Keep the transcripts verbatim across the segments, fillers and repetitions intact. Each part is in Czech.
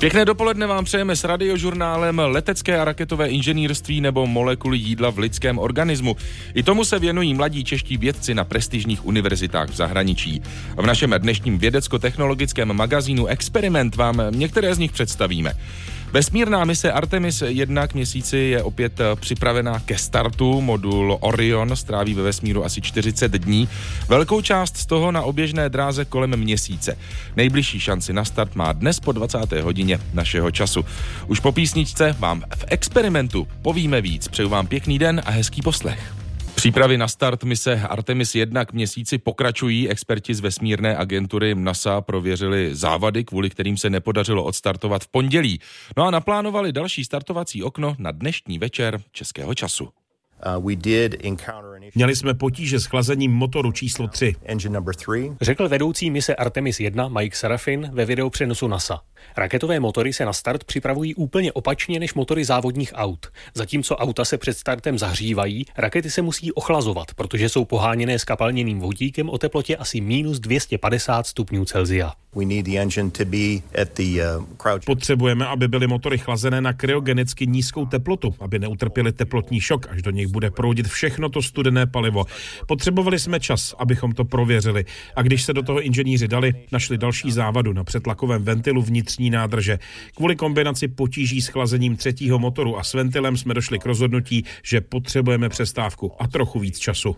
Pěkné dopoledne vám přejeme s radiožurnálem Letecké a raketové inženýrství nebo molekuly jídla v lidském organismu. I tomu se věnují mladí čeští vědci na prestižních univerzitách v zahraničí. V našem dnešním vědecko-technologickém magazínu Experiment vám některé z nich představíme. Vesmírná mise Artemis jedna k měsíci je opět připravená ke startu. Modul Orion stráví ve vesmíru asi čtyřicet dní. Velkou část z toho na oběžné dráze kolem měsíce. Nejbližší šanci na start má dnes po dvacáté hodině našeho času. Už po písničce vám v Experimentu povíme víc. Přeju vám pěkný den a hezký poslech. Přípravy na start mise Artemis jedna k měsíci pokračují. Experti z vesmírné agentury NASA prověřili závady, kvůli kterým se nepodařilo odstartovat v pondělí. No a naplánovali další startovací okno na dnešní večer českého času. Měli jsme potíže s chlazením motoru číslo tři. Řekl vedoucí mise Artemis jedna Mike Serafin ve videopřenosu NASA. Raketové motory se na start připravují úplně opačně než motory závodních aut. Zatímco auta se před startem zahřívají, rakety se musí ochlazovat, protože jsou poháněné skapalněným vodíkem o teplotě asi minus dvě stě padesát stupňů Celsia. Potřebujeme, aby byly motory chlazené na kryogenicky nízkou teplotu, aby neutrpěli teplotní šok, až do nich bude proudit všechno to studené palivo. Potřebovali jsme čas, abychom to prověřili. A když se do toho inženýři dali, našli další závadu na přetlakovém ventilu vnitřní nádrže. Kvůli kombinaci potíží s chlazením třetího motoru a s ventilem jsme došli k rozhodnutí, že potřebujeme přestávku a trochu víc času.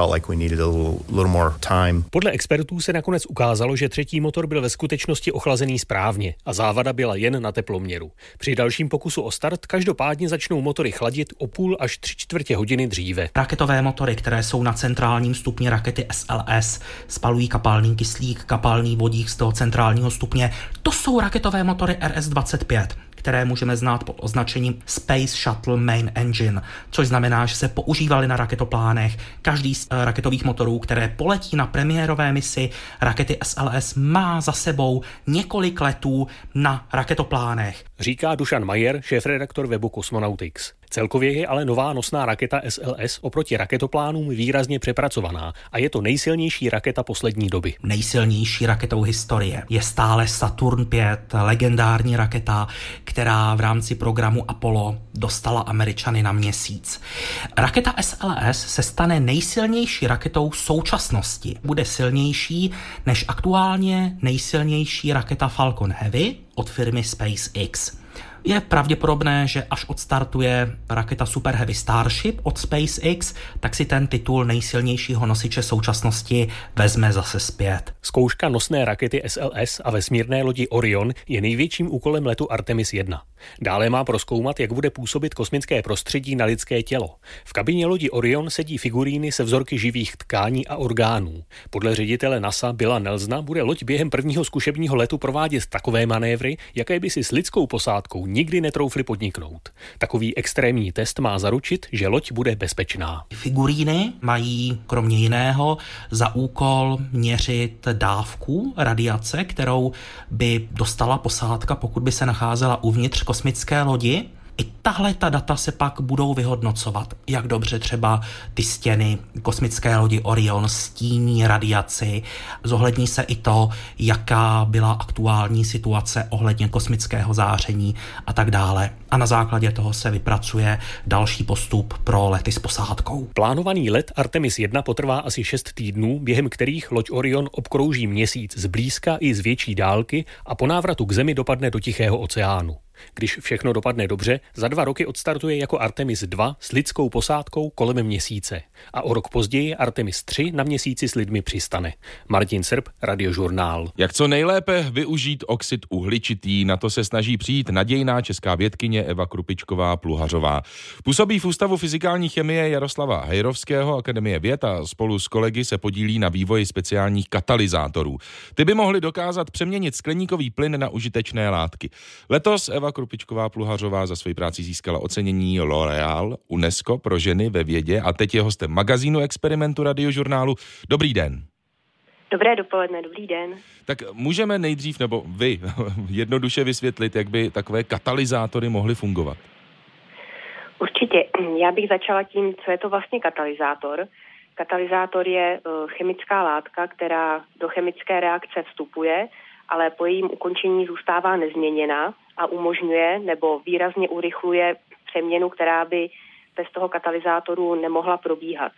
Podle expertů se nakonec ukázalo, že třetí motor byl ve skutečnosti ochlazený správně a závada byla jen na teploměru. Při dalším pokusu o start každopádně začnou motory chladit o půl až tři čtvrtě hodiny dříve. Raketové motory, které jsou na centrálním stupni rakety S L S, spalují kapalný kyslík, kapalný vodík z toho centrálního stupně. To jsou raketové motory R S dvacet pět, které můžeme znát pod označením Space Shuttle Main Engine, což znamená, že se používaly na raketoplánech. Každý z raketových motorů, které poletí na premiérové misi rakety S L S, má za sebou několik letů na raketoplánech. Říká Dušan Majer, šéfredaktor webu Cosmonautics. Celkově je ale nová nosná raketa S L S oproti raketoplánům výrazně přepracovaná a je to nejsilnější raketa poslední doby. Nejsilnější raketou historie je stále Saturn pět, legendární raketa, která v rámci programu Apollo dostala Američany na měsíc. Raketa S L S se stane nejsilnější raketou současnosti. Bude silnější než aktuálně nejsilnější raketa Falcon Heavy od firmy SpaceX. Je pravděpodobné, že až odstartuje raketa Super Heavy Starship od SpaceX, tak si ten titul nejsilnějšího nosiče současnosti vezme zase zpět. Zkouška nosné rakety S L S a vesmírné lodi Orion je největším úkolem letu Artemis jedna. Dále má prozkoumat, jak bude působit kosmické prostředí na lidské tělo. V kabině lodi Orion sedí figuríny se vzorky živých tkání a orgánů. Podle ředitele NASA Billa Nelsona bude loď během prvního zkušebního letu provádět takové manévry, jaké by si s lidskou posádkou nikdy netroufli podniknout. Takový extrémní test má zaručit, že loď bude bezpečná. Figuríny mají kromě jiného za úkol měřit dávku radiace, kterou by dostala posádka, pokud by se nacházela uvnitř kosmické lodi. I tahle ta data se pak budou vyhodnocovat, jak dobře třeba ty stěny kosmické lodi Orion stíní radiaci. Zohlední se i to, jaká byla aktuální situace ohledně kosmického záření a tak dále. A na základě toho se vypracuje další postup pro lety s posádkou. Plánovaný let Artemis jedna potrvá asi šest týdnů, během kterých loď Orion obkrouží měsíc zblízka i z větší dálky a po návratu k Zemi dopadne do Tichého oceánu. Když všechno dopadne dobře, za dva roky odstartuje jako Artemis dva s lidskou posádkou kolem měsíce. A o rok později Artemis tři na měsíci s lidmi přistane. Martin Srb, Radiožurnál. Jak co nejlépe využít oxid uhličitý, na to se snaží přijít nadějná česká vědkyně Eva Krupičková-Pluhařová. Působí v Ústavu fyzikální chemie Jaroslava Hejrovského Akademie věd a spolu s kolegy se podílí na vývoji speciálních katalyzátorů. Ty by mohly dokázat přeměnit skleníkový plyn na užitečné látky. Letos Eva Krupičková-Pluhařová za svoji práci získala ocenění L'Oréal UNESCO pro ženy ve vědě a teď je hostem magazínu Experimentu Radiožurnálu. Dobrý den. Dobré dopoledne, dobrý den. Tak můžeme nejdřív, nebo vy, jednoduše vysvětlit, jak by takové katalyzátory mohly fungovat? Určitě. Já bych začala tím, co je to vlastně katalyzátor. Katalyzátor je chemická látka, která do chemické reakce vstupuje, ale po jejím ukončení zůstává nezměněná a umožňuje nebo výrazně urychluje přeměnu, která by bez toho katalyzátoru nemohla probíhat.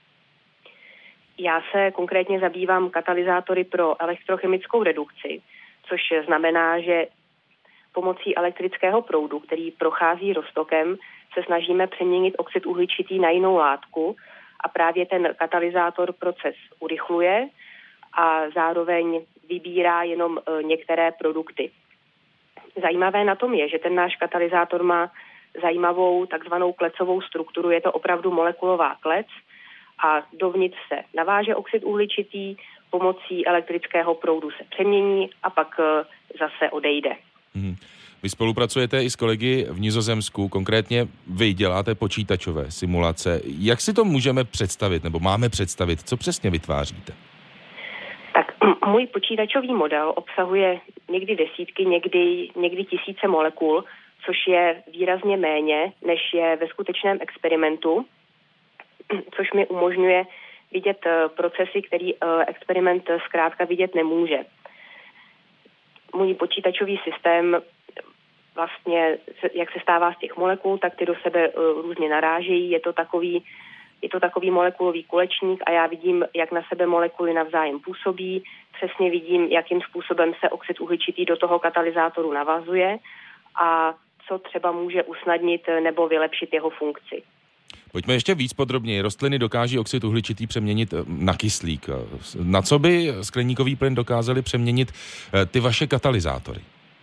Já se konkrétně zabývám katalyzátory pro elektrochemickou redukci, což znamená, že pomocí elektrického proudu, který prochází roztokem, se snažíme přeměnit oxid uhličitý na jinou látku a právě ten katalyzátor proces urychluje a zároveň vybírá jenom některé produkty. Zajímavé na tom je, že ten náš katalyzátor má zajímavou takzvanou klecovou strukturu, je to opravdu molekulová klec a dovnitř se naváže oxid uhličitý, pomocí elektrického proudu se přemění a pak zase odejde. Hmm. Vy spolupracujete i s kolegy v Nizozemsku, konkrétně vy děláte počítačové simulace. Jak si to můžeme představit, nebo máme představit, co přesně vytváříte? Tak můj počítačový model obsahuje někdy desítky, někdy, někdy tisíce molekul, což je výrazně méně, než je ve skutečném experimentu, což mi umožňuje vidět procesy, který experiment zkrátka vidět nemůže. Můj počítačový systém vlastně, jak se stává z těch molekul, tak ty do sebe různě narážejí. Je to takový, je to takový molekulový kulečník a já vidím, jak na sebe molekuly navzájem působí. Přesně vidím, jakým způsobem se oxid uhličitý do toho katalyzátoru navazuje a co třeba může usnadnit nebo vylepšit jeho funkci. Pojďme ještě víc podrobněji. Rostliny dokáží oxid uhličitý přeměnit na kyslík. Na co by skleníkový plyn dokázali přeměnit ty vaše katalyzátory?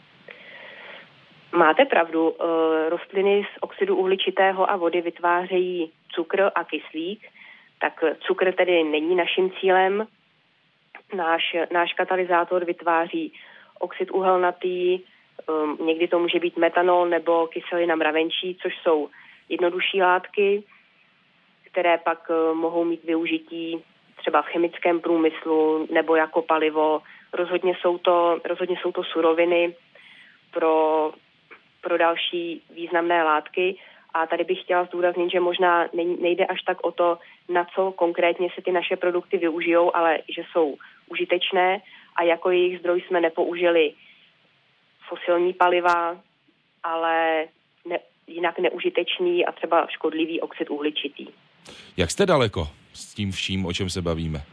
Máte pravdu. Rostliny z oxidu uhličitého a vody vytvářejí cukr a kyslík. Tak cukr tedy není naším cílem. Náš, náš katalyzátor vytváří oxid uhelnatý, někdy to může být metanol nebo kyselina mravenčí, což jsou jednodušší látky, které pak mohou mít využití třeba v chemickém průmyslu nebo jako palivo. Rozhodně jsou to, rozhodně jsou to suroviny pro, pro další významné látky. A tady bych chtěla zdůraznit, že možná nejde až tak o to, na co konkrétně se ty naše produkty využijou, ale že jsou užitečné a jako jejich zdroj jsme nepoužili fosilní paliva, ale ne, jinak neužitečný a třeba škodlivý oxid uhličitý. Jak jste daleko s tím vším, o čem se bavíme?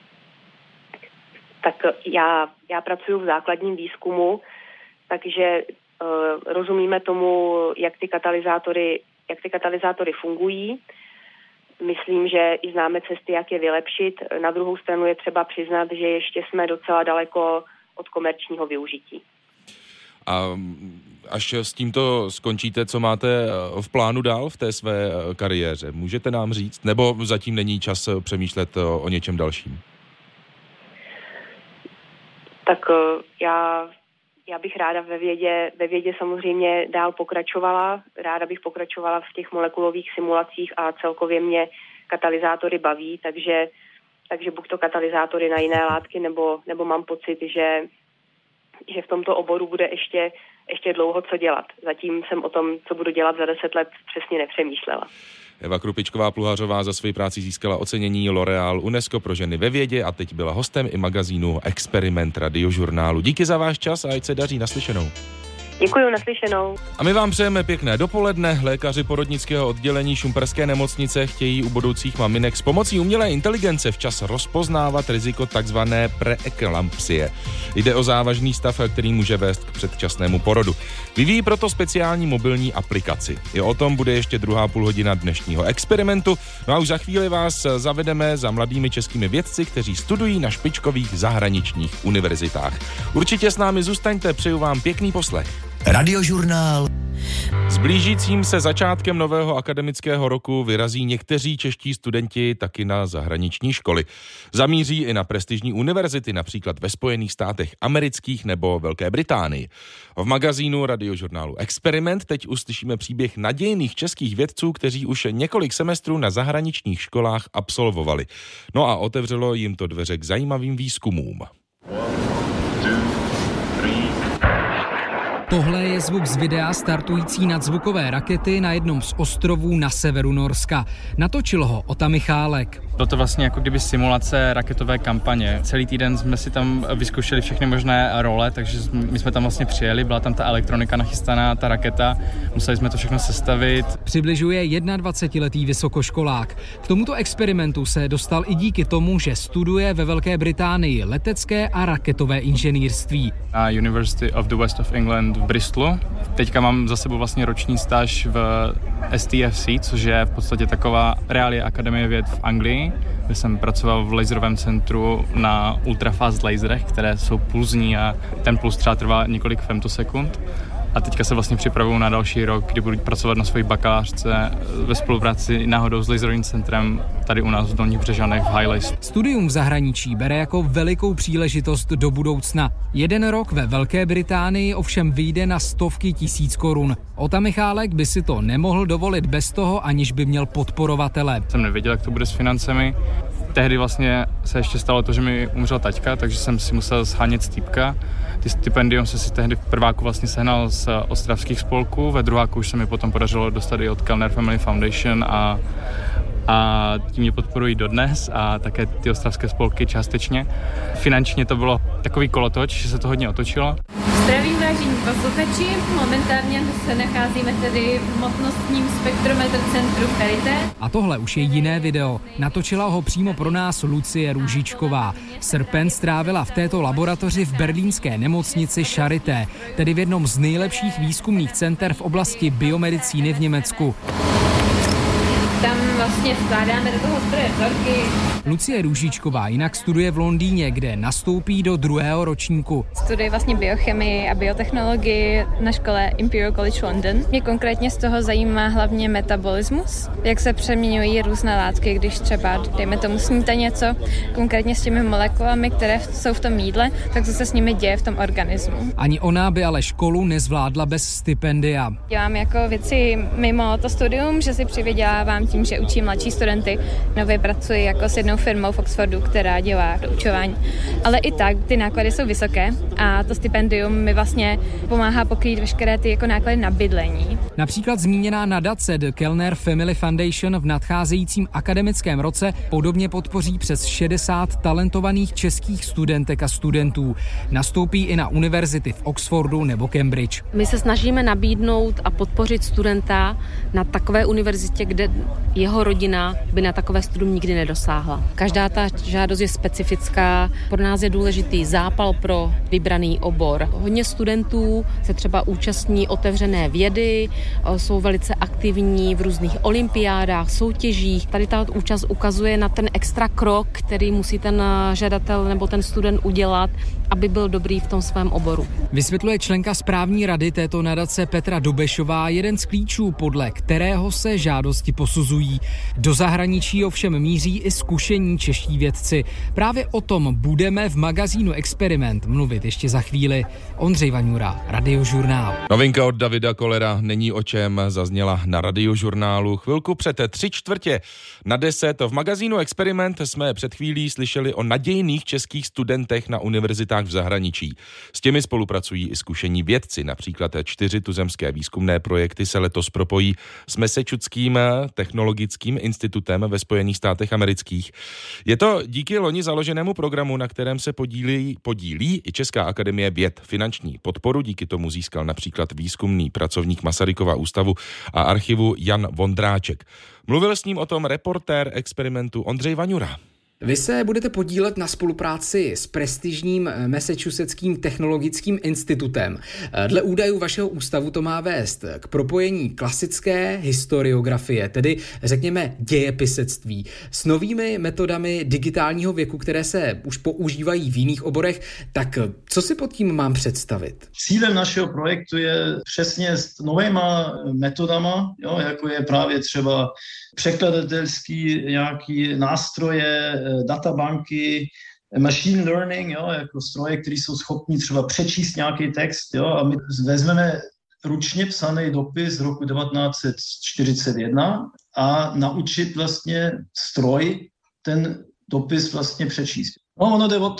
Tak já, já pracuji v základním výzkumu, takže uh, rozumíme tomu, jak ty katalyzátory, jak ty katalyzátory fungují. Myslím, že i známe cesty, jak je vylepšit. Na druhou stranu je třeba přiznat, že ještě jsme docela daleko od komerčního využití. A až s tímto skončíte, co máte v plánu dál v té své kariéře? Můžete nám říct? Nebo zatím není čas přemýšlet o něčem dalším? Tak já, já bych ráda ve vědě, ve vědě samozřejmě dál pokračovala. Ráda bych pokračovala v těch molekulových simulacích a celkově mě katalyzátory baví, takže, takže buď to katalyzátory na jiné látky, nebo, nebo mám pocit, že že v tomto oboru bude ještě, ještě dlouho co dělat. Zatím jsem o tom, co budu dělat za deset let, přesně nepřemýšlela. Eva Krupičková-Pluhařová za svoji práci získala ocenění L'Oréal UNESCO pro ženy ve vědě a teď byla hostem i magazínu Experiment Radiožurnálu. Díky za váš čas a ať se daří, naslyšenou. Děkuji, naslyšenou. A my vám přejeme pěkné dopoledne. Lékaři porodnického oddělení Šumperské nemocnice chtějí u budoucích maminek s pomocí umělé inteligence včas rozpoznávat riziko takzvané preeklampsie. Jde o závažný stav, který může vést k předčasnému porodu. Vyvíjí proto speciální mobilní aplikaci. I o tom bude ještě druhá půlhodina dnešního experimentu. No a už za chvíli vás zavedeme za mladými českými vědci, kteří studují na špičkových zahraničních univerzitách. Určitě s námi zůstaňte, přeju vám pěkný poslech. Radiožurnál. S blížícím se začátkem nového akademického roku vyrazí někteří čeští studenti taky na zahraniční školy. Zamíří i na prestižní univerzity, například ve Spojených státech amerických nebo Velké Británii. V magazínu radiožurnálu Experiment teď uslyšíme příběh nadějných českých vědců, kteří už několik semestrů na zahraničních školách absolvovali. No a otevřelo jim to dveře k zajímavým výzkumům. Tohle je zvuk z videa startující nadzvukové rakety na jednom z ostrovů na severu Norska. Natočil ho Ota Michálek. Bylo to vlastně jako kdyby simulace raketové kampaně. Celý týden jsme si tam vyzkoušeli všechny možné role, takže my jsme tam vlastně přijeli, byla tam ta elektronika nachystaná, ta raketa, museli jsme to všechno sestavit. Přibližuje dvacetiletý vysokoškolák. K tomuto experimentu se dostal i díky tomu, že studuje ve Velké Británii letecké a raketové inženýrství. Na University of the West of England v Bristolu. Teďka mám za sebou vlastně roční stáž v S T F C, což je v podstatě taková reálie akademie věd v Anglii, kde jsem pracoval v laserovém centru na ultrafast laserech, které jsou pulzní a ten puls třeba trvá několik femtosekund. A teďka se vlastně připravuju na další rok, kdy budu pracovat na své bakalářce ve spolupráci náhodou s laserovým centrem tady u nás v Dolních Břežanech v Highlights. Studium v zahraničí bere jako velikou příležitost do budoucna. Jeden rok ve Velké Británii ovšem vyjde na stovky tisíc korun. Ota Michálek by si to nemohl dovolit bez toho, aniž by měl podporovatele. Jsem nevěděl, jak to bude s financemi. Tehdy vlastně se ještě stalo to, že mi umřel taťka, takže jsem si musel shánět stýpka. Ty stipendium jsem si tehdy v prváku vlastně sehnal z ostravských spolků, ve druháku už se mi potom podařilo dostat i od Kellner Family Foundation a, a tím mě podporují dodnes a také ty ostravské spolky částečně. Finančně to bylo takový kolotoč, že se to hodně otočilo. Zdravím vážení posluchači, momentálně se nacházíme tedy v hmotnostním spektrometr centru Charité. A tohle už je jiné video. Natočila ho přímo pro nás Lucie Růžičková. Srpen strávila v této laboratoři v berlínské nemocnici Charité, tedy v jednom z nejlepších výzkumných center v oblasti biomedicíny v Německu. Tam vlastně vkládáme do toho stroje vzorky. Lucie Růžičková jinak studuje v Londýně, kde nastoupí do druhého ročníku. Studuji vlastně biochemii a biotechnologii na škole Imperial College London. Mě konkrétně z toho zajímá hlavně metabolismus, jak se přeměňují různé látky, když třeba, dejme tomu, sníte něco, konkrétně s těmi molekulami, které jsou v tom jídle, tak co se s nimi děje v tom organismu. Ani ona by ale školu nezvládla bez stipendia. Dělám jako věci mimo to studium, že si přivydělávám tím, že učím mladší studenty. Nově pracuji jako s jednou firmou v Oxfordu, která dělá doučování. Ale i tak ty náklady jsou vysoké a to stipendium mi vlastně pomáhá pokrýt veškeré ty jako náklady na bydlení. Například zmíněná nadace The Kellner Family Foundation v nadcházejícím akademickém roce podobně podpoří přes šedesát talentovaných českých studentek a studentů. Nastoupí i na univerzity v Oxfordu nebo Cambridge. My se snažíme nabídnout a podpořit studenta na takové univerzitě, kde jeho rodina by na takové studium nikdy nedosáhla. Každá ta žádost je specifická. Pro nás je důležitý zápal pro vybraný obor. Hodně studentů se třeba účastní otevřené vědy, jsou velice aktivní v různých olympiádách, soutěžích. Tady ta účast ukazuje na ten extra krok, který musí ten žadatel nebo ten student udělat, aby byl dobrý v tom svém oboru. Vysvětluje členka správní rady této nadace Petra Dobešová jeden z klíčů, podle kterého se žádosti posuzují. Do zahraničí ovšem míří i zkušení čeští vědci. Právě o tom budeme v magazínu Experiment mluvit ještě za chvíli. Ondřej Vaňura, Radiožurnál. Novinka od Davida Kollera Není o čem zazněla na Radiožurnálu chvilku před tři čtvrtě na deset. V magazínu Experiment jsme před chvílí slyšeli o nadějných českých studentech na univerzitách v zahraničí. S těmi spolupracují i zkušení vědci. Například čtyři tuzemské výzkumné projekty se letos propojí s Massachusettským technologickým institutem ve Spojených státech amerických. Je to díky loni založenému programu, na kterém se podílí, podílí i Česká akademie věd. Finanční podporu díky tomu získal například výzkumný pracovník Masarykova ústavu a archivu Jan Vondráček. Mluvil s ním o tom reportér Experimentu Ondřej Vaňura. Vy se budete podílet na spolupráci s prestižním Massachusettským technologickým institutem. Dle údajů vašeho ústavu to má vést k propojení klasické historiografie, tedy řekněme dějepisectví, s novými metodami digitálního věku, které se už používají v jiných oborech. Tak co si pod tím mám představit? Cílem našeho projektu je přesně s novýma metodama, jo, jako je právě třeba překladatelský nějaký nástroje, databanky, machine learning, jo, jako stroje, které jsou schopní třeba přečíst nějaký text, jo, a my vezmeme ručně psaný dopis z roku devatenáct set čtyřicet jedna a naučit vlastně stroj ten dopis vlastně přečíst. No, ono jde o to,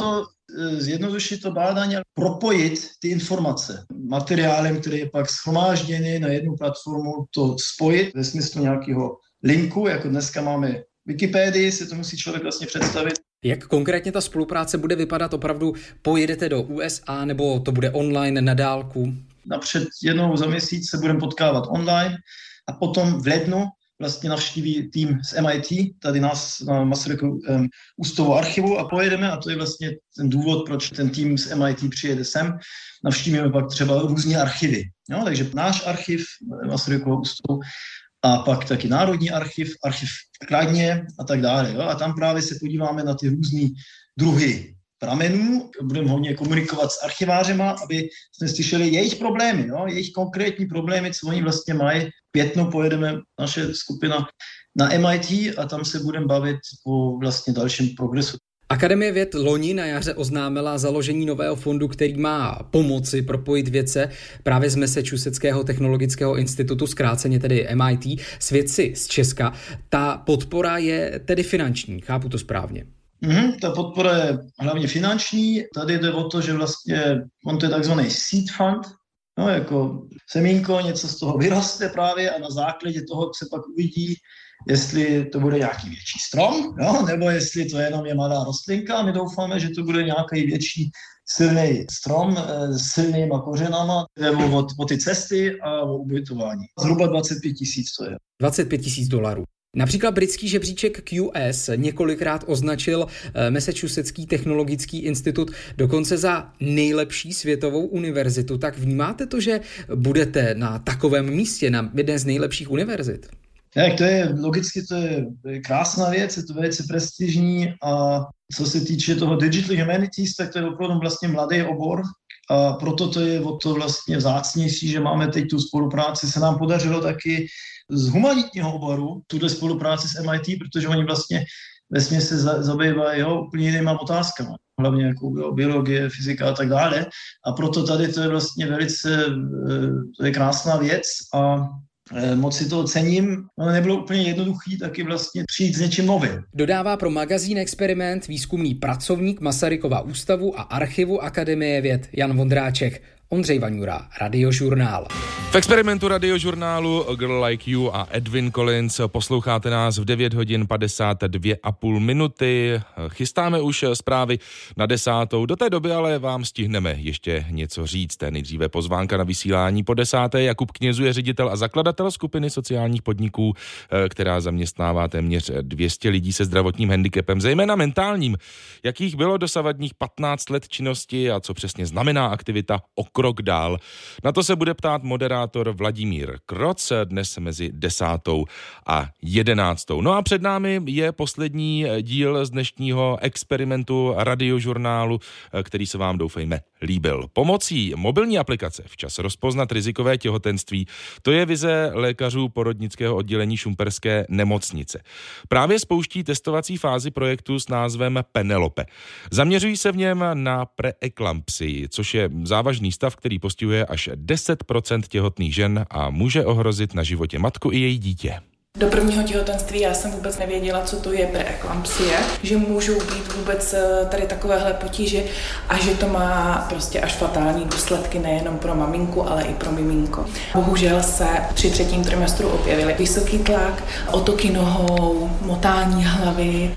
zjednodušit to bádání a propojit ty informace materiálem, který je pak shromážděný na jednu platformu, to spojit ve smyslu nějakého linku, jako dneska máme Wikipedii, si to musí člověk vlastně představit. Jak konkrétně ta spolupráce bude vypadat? Opravdu pojedete do U S A nebo to bude online na dálku? Napřed jednou za měsíc se budeme potkávat online a potom v lednu vlastně navštíví tým z M I T, tady nás na Masarykovu um, ústavu archivu a pojedeme a to je vlastně ten důvod, proč ten tým z M I T přijede sem. Navštívíme pak třeba různé archivy. Jo? Takže náš archiv Masarykovu ústavu a pak taky Národní archiv, archiv v Kladně a tak dále. Jo? A tam právě se podíváme na ty různé druhy pramenů, budeme hodně komunikovat s archivářema, aby jsme slyšeli jejich problémy, jo? Jejich konkrétní problémy, co oni vlastně mají. Květnu pojedeme naše skupina na M I T a tam se budeme bavit o vlastně dalším progresu. Akademie věd loni na jaře oznámila založení nového fondu, který má pomoci propojit vědce právě z Massachusettského technologického institutu, zkráceně tedy M I T, s vědci z Česka. Ta podpora je tedy finanční, chápu to správně? Mm-hmm, ta podpora je hlavně finanční. Tady jde o to, že vlastně on to je takzvaný seed fund, no, jako semínko, něco z toho vyroste právě a na základě toho se pak uvidí, jestli to bude nějaký větší strom, jo, nebo jestli to jenom je malá rostlinka a my doufáme, že to bude nějaký větší silný strom s silnýma kořenama, nebo o, o ty cesty a o ubytování. Zhruba dvacet pět tisíc to je. dvacet pět tisíc dolarů. Například britský žebříček Q S několikrát označil Massachusettský technologický institut dokonce za nejlepší světovou univerzitu. Tak vnímáte to, že budete na takovém místě, na jedné z nejlepších univerzit? Tak to je, logicky to je krásná věc, je to velice prestižní a co se týče toho Digital Humanities, tak to je opravdu vlastně mladý obor a proto to je o to vlastně vzácnější, že máme teď tu spolupráci. Se nám podařilo taky z humanitního oboru tuhle spolupráci s M I T, protože oni vlastně vesměs se zabývají jo, úplně jinýma otázkama, hlavně jako jo, biologie, fyzika a tak dále. A proto tady to je vlastně velice to je krásná věc a moc si to cením, ale nebylo úplně jednoduchý taky vlastně přijít s něčím novým. Dodává pro magazín Experiment výzkumný pracovník Masarykova ústavu a archivu Akademie věd Jan Vondráček. Ondřej Vaňura, Radiožurnál. V experimentu Radiožurnálu Girl Like You a Edwin Collins posloucháte nás v devět hodin padesát dvě a půl minuty. Chystáme už zprávy na desátou. Do té doby ale vám stihneme ještě něco říct. Nejdříve pozvánka na vysílání po desáté. Jakub Knězu je ředitel a zakladatel skupiny sociálních podniků, která zaměstnává téměř dvě stě lidí se zdravotním handicapem, zejména mentálním. Jakých bylo dosavadních patnáct let činnosti a co přesně znamená aktivita o krok dál? Na to se bude ptát moderátor Vladimír Kroc dnes mezi desátou a jedenáctou. No a před námi je poslední díl z dnešního experimentu Radiožurnálu, který se vám doufejme líbil. Pomocí mobilní aplikace včas rozpoznat rizikové těhotenství, to je vize lékařů porodnického oddělení Šumperské nemocnice. Právě spouští testovací fázi projektu s názvem Penelope. Zaměřují se v něm na preeklampsii, což je závažný stav, který postihuje až deset procent těhotných žen a může ohrozit na životě matku i její dítě. Do prvního těhotenství já jsem vůbec nevěděla, co to je preeklampsie, že můžou být vůbec tady takovéhle potíže a že to má prostě až fatální důsledky nejenom pro maminku, ale i pro miminko. Bohužel se při třetím trimestru objevily vysoký tlak, otoky nohou, motání hlavy.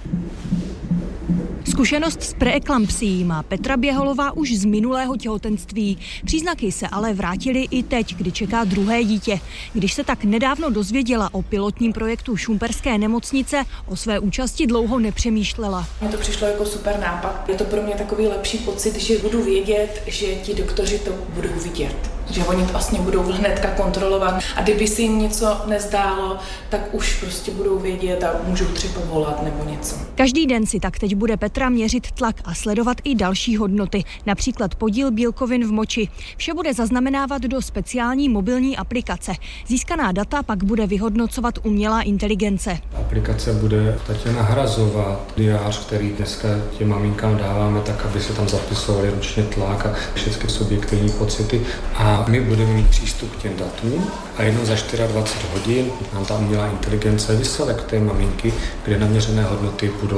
Zkušenost s preeklampsií má Petra Běholová už z minulého těhotenství. Příznaky se ale vrátily i teď, kdy čeká druhé dítě. Když se tak nedávno dozvěděla o pilotním projektu Šumperské nemocnice, o své účasti dlouho nepřemýšlela. Mně to přišlo jako super nápad. Je to pro mě takový lepší pocit, že budu vědět, že ti doktoři to budou vidět. Že oni vlastně budou hnedka kontrolovat a kdyby si jim něco nezdálo, tak už prostě budou vědět a můžou třeba volat nebo něco. Každý den si tak teď bude Petra měřit tlak a sledovat i další hodnoty, například podíl bílkovin v moči. Vše bude zaznamenávat do speciální mobilní aplikace. Získaná data pak bude vyhodnocovat umělá inteligence. Aplikace bude také nahrazovat diář, který dneska těm maminkám dáváme, tak aby se tam zapisovali ručně tlak a všechny subjektivní pocity. A my budeme mít přístup k těm datům a jenom za dvacet čtyři hodin nám ta umělá inteligence vyselektuje maminky, kde naměřené hodnoty budou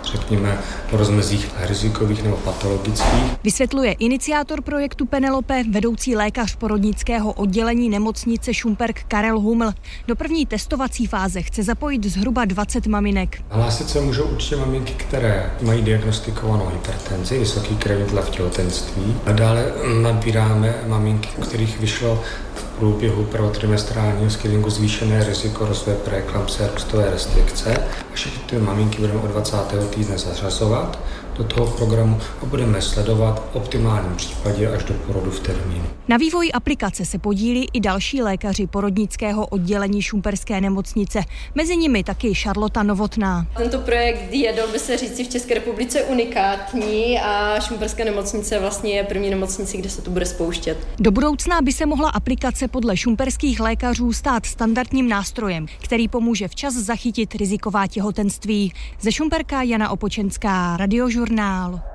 řekněme, v rozmezích rizikových nebo patologických. Vysvětluje iniciátor projektu Penelope, vedoucí lékař porodnického oddělení nemocnice Šumperk Karel Huml. Do první testovací fáze chce zapojit zhruba dvacet maminek. Hlásit se můžou určitě maminky, které mají diagnostikovanou hypertenzi, vysoký krevní tlak v těhotenství. A dále nabíráme maminky, u kterých vyšlo v průběhu prvotrimestrálního screeningu zvýšené riziko rozvoje preeklampsie a růstové restrikce. A všechny ty maminky budeme od dvacátého týdne zařazovat do toho programu a budeme sledovat v optimálním případě až do porodu v termínu. Na vývoji aplikace se podílí i další lékaři porodnického oddělení Šumperské nemocnice, mezi nimi taky Šarlota Novotná. Tento projekt je, dal by se říci, v České republice unikátní a Šumperská nemocnice vlastně je první nemocnice, kde se to bude spouštět. Do budoucna by se mohla aplikace podle šumperských lékařů stát standardním nástrojem, který pomůže včas zachytit riziková těhotenství. Ze Šumperka Jana Opočenská, Radiožurnál.